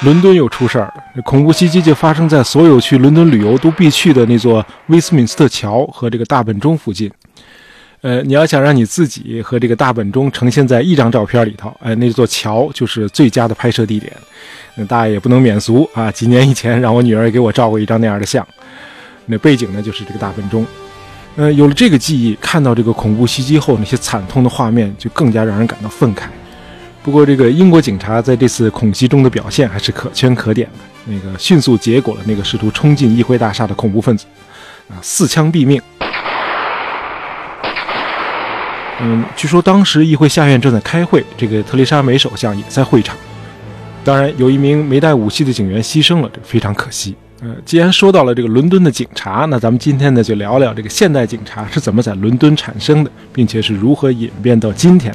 伦敦又出事儿了，恐怖袭击就发生在所有去伦敦旅游都必去的那座威斯敏斯特桥和这个大本钟附近。你要想让你自己和这个大本钟呈现在一张照片里头，那座桥就是最佳的拍摄地点。大家也不能免俗啊，几年以前让我女儿给我照过一张那样的相，那背景呢就是这个大本钟。有了这个记忆，看到这个恐怖袭击后那些惨痛的画面，就更加让人感到愤慨。不过这个英国警察在这次恐袭中的表现还是可圈可点的，那个迅速结果了那个试图冲进议会大厦的恐怖分子，4枪毙命。据说当时议会下院正在开会，这个特蕾莎梅首相也在会场。当然，有一名没带武器的警员牺牲了，这非常可惜。既然说到了这个伦敦的警察，那咱们今天呢就聊聊这个现代警察是怎么在伦敦产生的，并且是如何演变到今天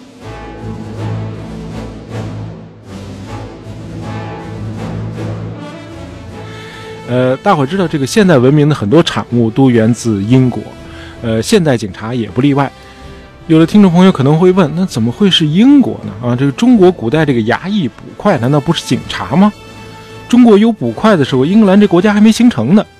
的。大伙知道这个现代文明的很多产物都源自英国，现代警察也不例外。有的听众朋友可能会问，那怎么会是英国呢？这个中国古代这个衙役捕快难道不是警察吗？中国有捕快的时候，英格兰这国家还没形成呢。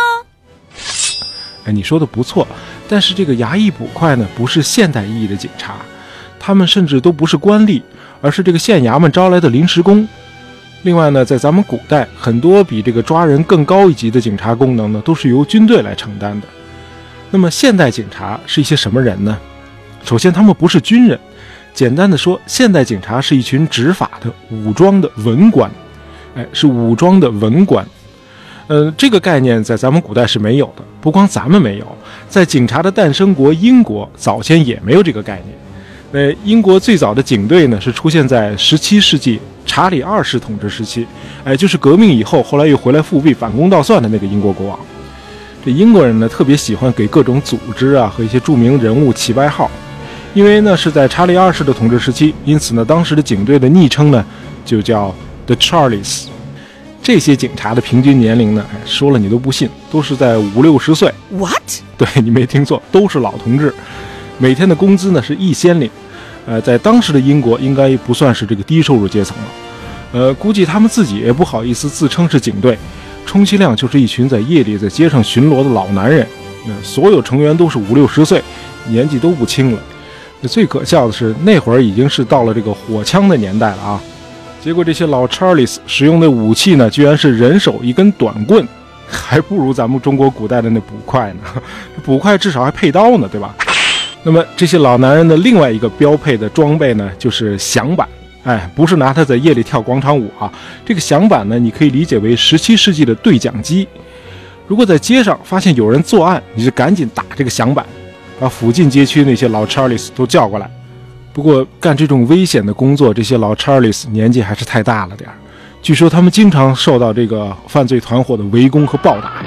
对呀。你说的不错，但是这个衙役捕快呢，不是现代意义的警察，他们甚至都不是官吏，而是这个县衙门招来的临时工。另外呢，在咱们古代，很多比这个抓人更高一级的警察功能呢，都是由军队来承担的。那么现代警察是一些什么人呢？首先，他们不是军人。简单的说，现代警察是一群执法的、武装的文官，是武装的文官。这个概念在咱们古代是没有的，不光咱们没有，在警察的诞生国英国早先也没有这个概念。英国最早的警队呢，是出现在17世纪查理2世统治时期，就是革命以后，后来又回来复辟、反攻倒算的那个英国国王。这英国人呢，特别喜欢给各种组织啊和一些著名人物起外号。因为呢是在查理2世的统治时期，因此呢当时的警队的昵称呢就叫 The Charlies。 这些警察的平均年龄呢，说了你都不信，都是在50-60岁。 What？ 对，你没听错，都是老同志。每天的工资呢是1先令，在当时的英国应该不算是这个低收入阶层了。估计他们自己也不好意思自称是警队，充其量就是一群在夜里在街上巡逻的老男人。所有成员都是50-60岁，年纪都不轻了。最可笑的是，那会儿已经是到了这个火枪的年代了啊！结果这些老 Charlies 使用的武器呢，居然是人手一根短棍，还不如咱们中国古代的那捕快呢。捕快至少还配刀呢，对吧？那么这些老男人的另外一个标配的装备呢，就是响板。不是拿它在夜里跳广场舞啊！这个响板呢，你可以理解为17世纪的对讲机。如果在街上发现有人作案，你就赶紧打这个响板，把附近街区那些老 Charlies 都叫过来。不过干这种危险的工作，这些老 Charlies 年纪还是太大了点，据说他们经常受到这个犯罪团伙的围攻和暴打。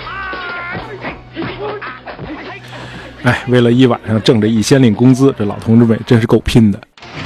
为了一晚上挣这1先令工资，这老同志们真是够拼的。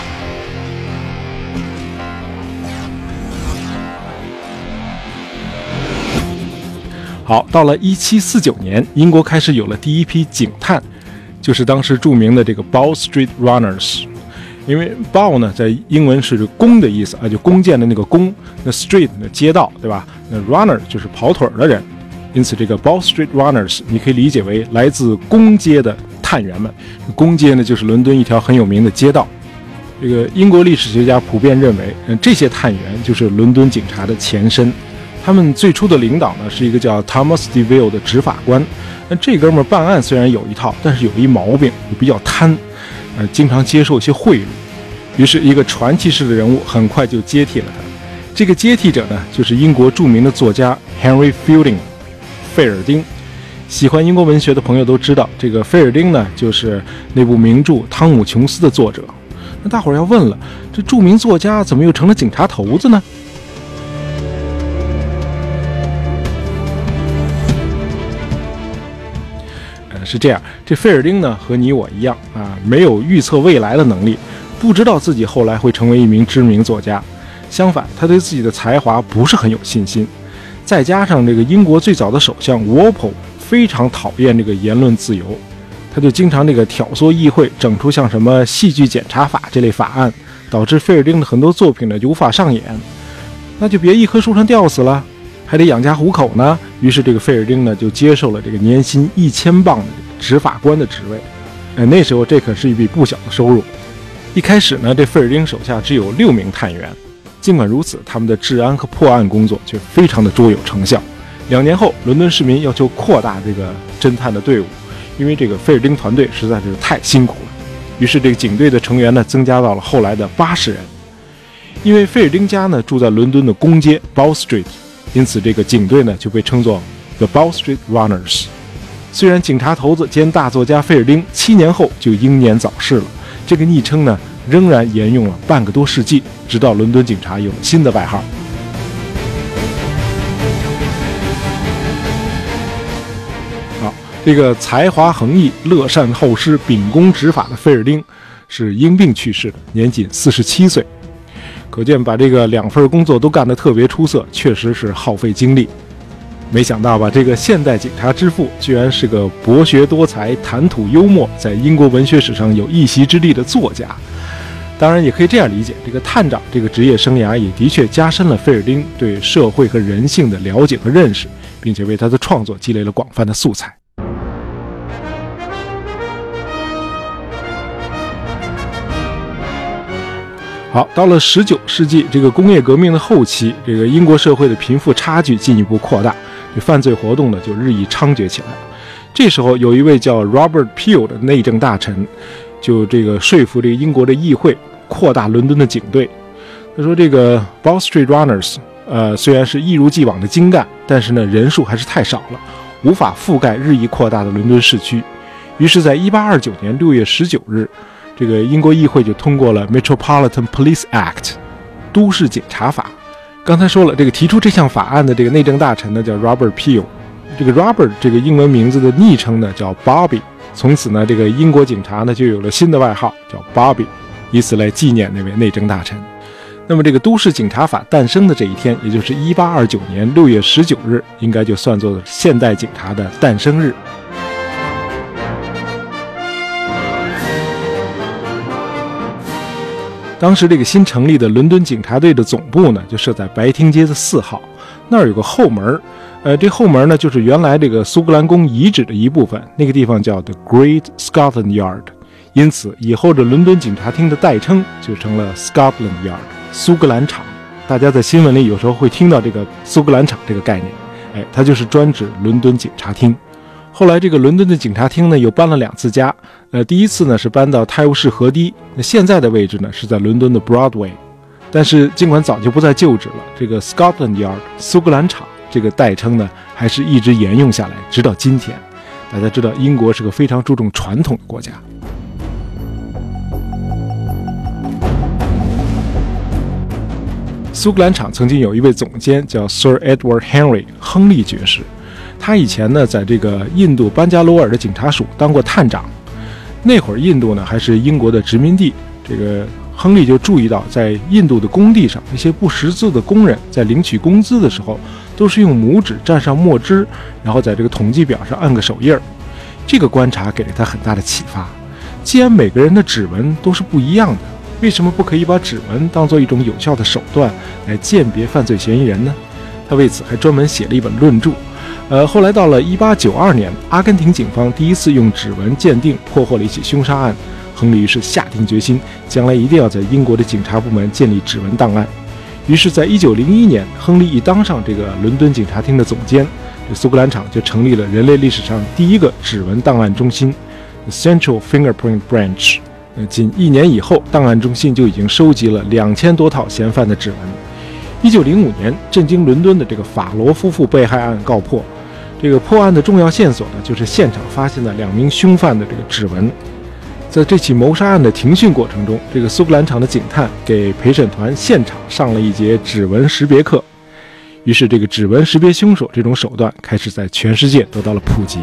好，到了1749年，英国开始有了第一批警探，就是当时著名的这个 Bow Street Runners。因为 Bow 呢，在英文是弓的意思就弓箭的那个弓，那 Street 呢街道，对吧？那 Runner 就是跑腿的人，因此这个 Bow Street Runners 你可以理解为来自弓街的探员们。弓街呢，就是伦敦一条很有名的街道。这个英国历史学家普遍认为，这些探员就是伦敦警察的前身。他们最初的领导呢，是一个叫 Thomas DeVille 的执法官。那这哥们儿办案虽然有一套，但是有一毛病，比较贪，经常接受一些贿赂。于是一个传奇式的人物很快就接替了他。这个接替者呢，就是英国著名的作家 Henry Fielding 费尔丁。喜欢英国文学的朋友都知道，这个费尔丁呢，就是那部名著《汤姆琼斯》的作者。那大伙儿要问了，这著名作家怎么又成了警察头子呢？是这样，这费尔丁呢和你我一样没有预测未来的能力，不知道自己后来会成为一名知名作家。相反，他对自己的才华不是很有信心。再加上这个英国最早的首相 Walpole 非常讨厌这个言论自由，他就经常这个挑唆议会整出像什么戏剧检查法这类法案，导致费尔丁的很多作品呢就无法上演。 那就别一棵树上吊死了，还得养家糊口呢。于是这个费尔丁呢就接受了这个年薪1000镑的执法官的职位。那时候这可是一笔不小的收入。一开始呢，这费尔丁手下只有6名探员，尽管如此，他们的治安和破案工作却非常的卓有成效。2年后，伦敦市民要求扩大这个侦探的队伍，因为这个菲尔丁团队实在是太辛苦了。于是这个警队的成员呢增加到了后来的80人。因为菲尔丁家呢住在伦敦的公街 Bow Street， 因此这个警队呢就被称作 The Bow Street Runners。 虽然警察头子兼大作家菲尔丁7年后就英年早逝了，这个昵称呢仍然沿用了半个多世纪，直到伦敦警察有了新的外号。好，这个才华横溢、乐善好施、秉公执法的菲尔丁是因病去世的，年仅47岁。可见把这个2份工作都干得特别出色，确实是耗费精力。没想到吧，这个现代警察之父居然是个博学多才、谈吐幽默，在英国文学史上有一席之地的作家。当然也可以这样理解，这个探长这个职业生涯也的确加深了菲尔丁对社会和人性的了解和认识，并且为他的创作积累了广泛的素材。好，到了19世纪，这个工业革命的后期，这个英国社会的贫富差距进一步扩大，这犯罪活动呢就日益猖獗起来。这时候有一位叫 Robert Peel 的内政大臣，就这个说服这个英国的议会扩大伦敦的警队。他说这个 Bow Street Runners 虽然是一如既往的精干，但是呢人数还是太少了，无法覆盖日益扩大的伦敦市区。于是在1829年6月19日，这个英国议会就通过了 Metropolitan Police Act 都市警察法。刚才说了，这个提出这项法案的这个内政大臣呢叫 Robert Peel， 这个 Robert 这个英文名字的昵称呢叫 Bobby， 从此呢这个英国警察呢就有了新的外号叫 Bobby， 以此来纪念那位内政大臣。那么这个都市警察法诞生的这一天，也就是1829年6月19日，应该就算作现代警察的诞生日。当时这个新成立的伦敦警察队的总部呢，就设在白厅街的4号，那儿有个后门。这后门呢，就是原来这个苏格兰宫遗址的一部分，那个地方叫 The Great Scotland Yard， 因此以后的伦敦警察厅的代称就成了 Scotland Yard， 苏格兰场。大家在新闻里有时候会听到这个苏格兰场这个概念，它就是专指伦敦警察厅。后来这个伦敦的警察厅呢又搬了2次家，第一次呢是搬到泰晤士河堤，那现在的位置呢是在伦敦的 Broadway。 但是尽管早就不再旧址了，这个 Scotland Yard 苏格兰场这个代称呢还是一直沿用下来，直到今天。大家知道英国是个非常注重传统的国家。苏格兰场曾经有一位总监叫 Sir Edward Henry 亨利爵士，他以前呢在这个印度班加罗尔的警察署当过探长。那会儿印度呢还是英国的殖民地，这个亨利就注意到，在印度的工地上，那些不识字的工人在领取工资的时候，都是用拇指蘸上墨汁，然后在这个统计表上按个手印儿。这个观察给了他很大的启发。既然每个人的指纹都是不一样的，为什么不可以把指纹当作一种有效的手段来鉴别犯罪嫌疑人呢？他为此还专门写了一本论著。后来到了1892年，阿根廷警方第一次用指纹鉴定破获了一起凶杀案。亨利于是下定决心，将来一定要在英国的警察部门建立指纹档案。于是在1901年，亨利一当上这个伦敦警察厅的总监，这苏格兰场就成立了人类历史上第一个指纹档案中心 The Central Fingerprint Branch。仅1年以后，档案中心就已经收集了2000多套嫌犯的指纹。1905年，震惊伦敦的这个法罗夫妇被害案告破。这个破案的重要线索呢，就是现场发现的2名凶犯的这个指纹。在这起谋杀案的庭讯过程中，这个苏格兰场的警探给陪审团现场上了一节指纹识别课。于是这个指纹识别凶手这种手段开始在全世界得到了普及。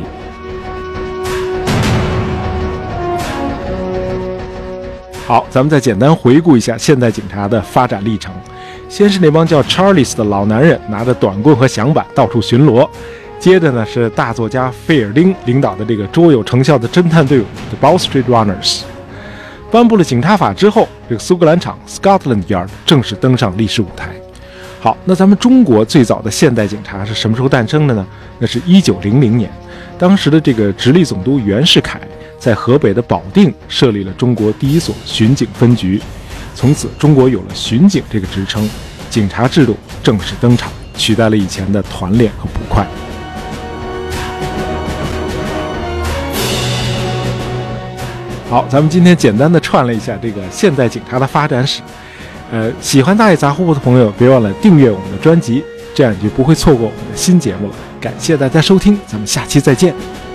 好，咱们再简单回顾一下现代警察的发展历程。先是那帮叫 Charles 的老男人拿着短棍和响板到处巡逻，接着呢是大作家费尔丁领导的这个卓有成效的侦探队伍 The Bow Street Runners。 颁布了警察法之后，这个苏格兰场 Scotland Yard 正式登上历史舞台。 好，那咱们中国最早的现代警察是什么时候诞生的呢？那是1900年，当时的这个直隶总督袁世凯在河北的保定设立了中国第一所巡警分局，从此中国有了巡警这个职称，警察制度正式登场，取代了以前的团练和捕快。好，咱们今天简单的串了一下这个现代警察的发展史。喜欢大爷杂货铺的朋友，别忘了订阅我们的专辑，这样你就不会错过我们的新节目了。感谢大家收听，咱们下期再见。